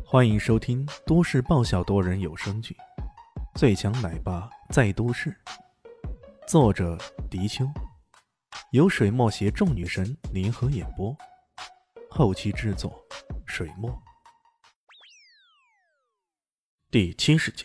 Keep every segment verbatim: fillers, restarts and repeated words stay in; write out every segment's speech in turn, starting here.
欢迎收听都市爆笑多人有声剧《最强奶爸在都市》，作者：迪秋，由水墨携众女神联合演播，后期制作：水墨。第七十集，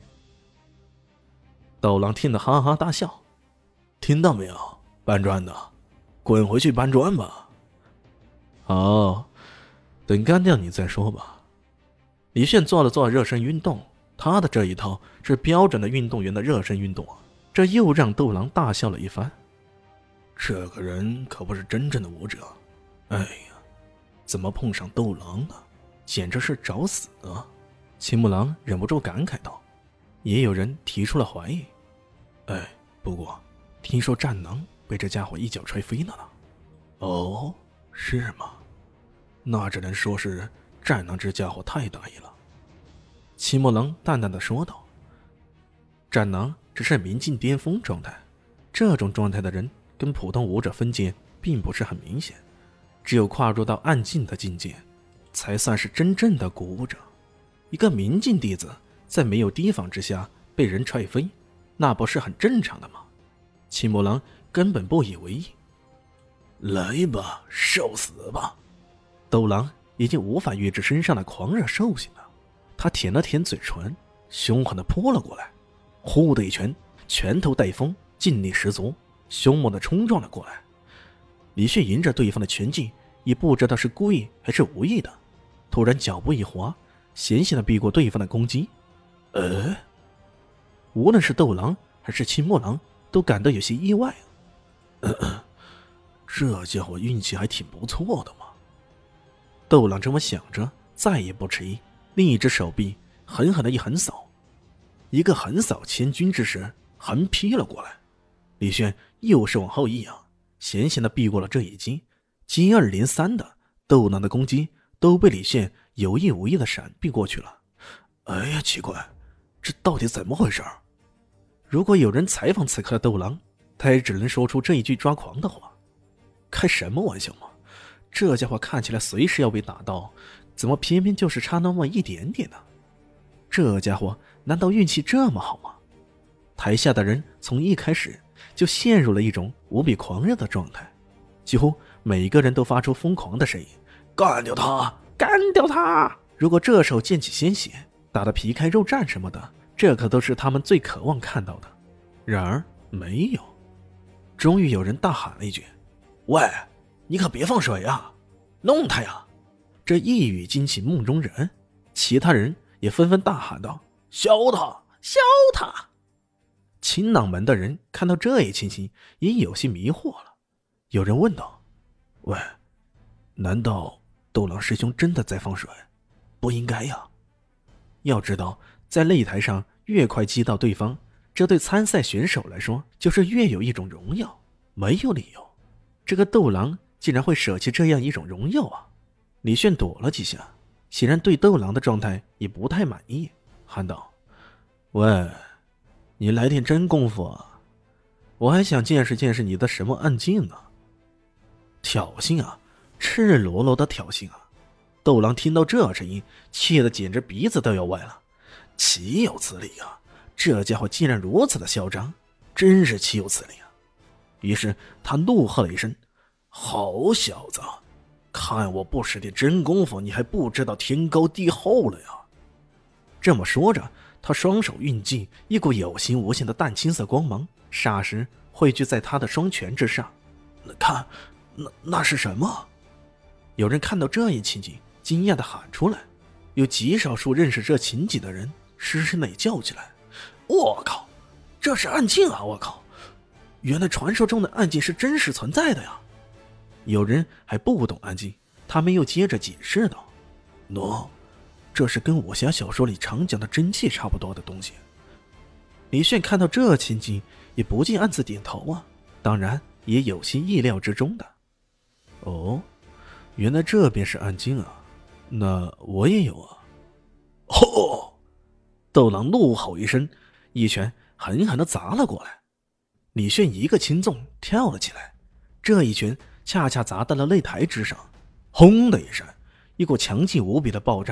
斗狼听得哈哈大笑：“ 听到没有，搬砖的，滚回去搬砖吧。”“ 好，等干掉你再说吧。”李炫做了做热身运动，他的这一套是标准的运动员的热身运动啊，这又让斗狼大笑了一番。 这个人可不是真正的武者，哎呀，怎么碰上斗狼呢？简直是找死啊！ 秦木狼忍不住感慨道，也有人提出了怀疑。 哎，不过听说战狼被这家伙一脚踹飞了呢。 哦，是吗？那只能说是战狼这家伙太大意了。 秦木狼淡淡的说道，战狼只是临近巅峰状态，这种状态的人跟普通武者分界并不是很明显，只有跨入到暗境的境界才算是真正的古武者。一个明境弟子在没有提防之下被人踹飞，那不是很正常的吗？秦木狼根本不以为意。 来吧，受死吧！ 斗狼已经无法抑制身上的狂热兽性了，他舔了舔嘴唇，凶狠地扑了过来，呼的一拳，拳头带风，劲力十足，凶猛地冲撞了过来。李炫迎着对方的拳击，也不知道是故意还是无意的，突然脚步一滑，险险地避过对方的攻击。 呃， 无论是斗狼还是青木狼都感到有些意外。 呃呃，这家伙运气还挺不错的嘛。 斗狼这么想着，再也不迟疑，另一只手臂狠狠的一横扫，一个横扫千钧之势横劈了过来。李炫右手往后一仰，险险的避过了这一击，接二连三的斗狼的攻击都被李炫有意无意的闪避过去了。 哎呀，奇怪，这到底怎么回事？ 如果有人采访此刻的斗狼，他也只能说出这一句抓狂的话：开什么玩笑嘛，这家伙看起来随时要被打到，怎么偏偏就是差那么一点点呢？这家伙难道运气这么好吗？台下的人从一开始就陷入了一种无比狂热的状态，几乎每个人都发出疯狂的声音： 干掉他， 干掉他！如果这时候溅起鲜血，打得皮开肉绽什么的，这可都是他们最渴望看到的。然而没有。终于有人大喊了一句： 喂，你可别放水啊，弄他呀！ 这一语惊醒梦中人，其他人也纷纷大喊道： 削他，削他！ 青朗门的人看到这一情形也有些迷惑了，有人问道： 喂，难道斗狼师兄真的在放水？不应该呀。 要知道，在擂台上越快击到对方，这对参赛选手来说就是越有一种荣耀，没有理由这个斗狼竟然会舍弃这样一种荣耀啊！李炫躲了几下，显然对斗狼的状态也不太满意，喊道：喂，你来点真功夫啊，我还想见识见识你的什么暗劲呢！挑衅啊，赤裸裸的挑衅啊！斗狼听到这声音，气得简直鼻子都要歪了，岂有此理啊！这家伙竟然如此的嚣张，真是岂有此理啊！于是他怒喝了一声：好小子，看我不使点真功夫，你还不知道天高地厚了呀！这么说着，他双手运劲，一股有形无形的淡青色光芒霎时汇聚在他的双拳之上。 看，那那是什么？ 有人看到这一情景，惊讶地喊出来，有极少数认识这情景的人失声地叫起来：我靠，这是暗镜啊！我靠，原来传说中的暗镜是真实存在的呀！有人还不懂暗镜，他们又接着解释道：喏，这是跟武侠小说里常讲的真气差不多的东西。李炫看到这情景，也不禁暗自点头啊，当然也有些意料之中的。哦，原来这便是暗镜啊，那我也有啊！ 吼！ 斗狼怒吼一声，一拳狠狠地砸了过来。李炫一个轻纵跳了起来，这一拳恰恰砸到了擂台之上，轰的一声，一股强劲无比的爆炸力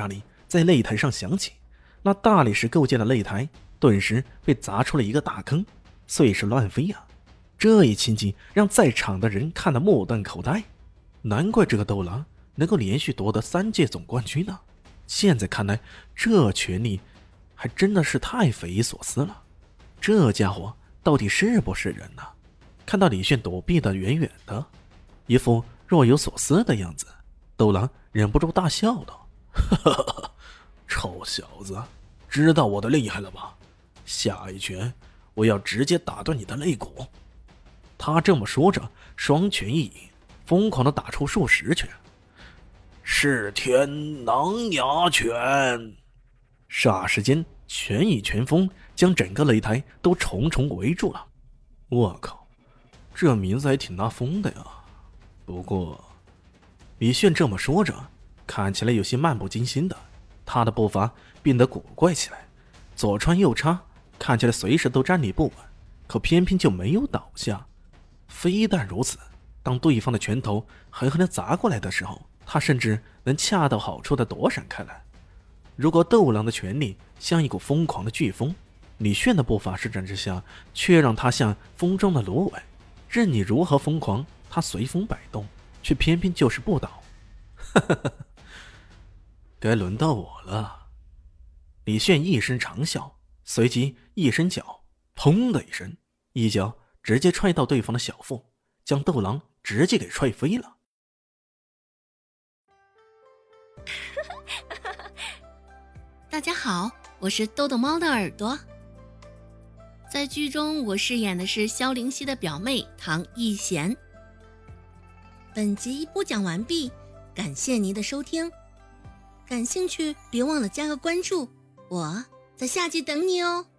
在擂台上响起，那大理石构建的擂台顿时被砸出了一个大坑，碎石乱飞啊！这一情景让在场的人看得目瞪口呆，难怪这个斗狼能够连续夺得三届总冠军呢。现在看来，这权力还真的是太匪夷所思了。这家伙到底是不是人呢？看到李炫躲避得远远的，一副若有所思的样子，斗狼忍不住大笑道： 哈哈，臭小子，知道我的厉害了吧？下一拳我要直接打断你的肋骨。 他这么说着，双拳一引，疯狂地打出数十拳。 噬天狼牙拳！ 霎时间，拳雨拳风将整个擂台都重重围住了。 我靠，这名字还挺拉风的呀。不过， 李炫这么说着，看起来有些漫不经心的，他的步伐变得古怪起来，左穿右插，看起来随时都站立不稳，可偏偏就没有倒下。非但如此，当对方的拳头狠狠地砸过来的时候，他甚至能恰到好处地躲闪开来。如果斗狼的拳力像一股疯狂的飓风，李炫的步伐施展之下，却让他像风中的芦苇，任你如何疯狂，他随风摆动，却偏偏就是不倒。该轮到我了。李炫一声长啸，随即一伸脚，砰的一声，一脚直接踹到对方的小腹，将斗狼直接给踹飞了。 大家好，我是豆豆猫的耳朵。在剧中，我饰演的是萧灵溪的表妹唐艺贤。本集播讲完毕，感谢您的收听。感兴趣别忘了加个关注，我在下集等你哦。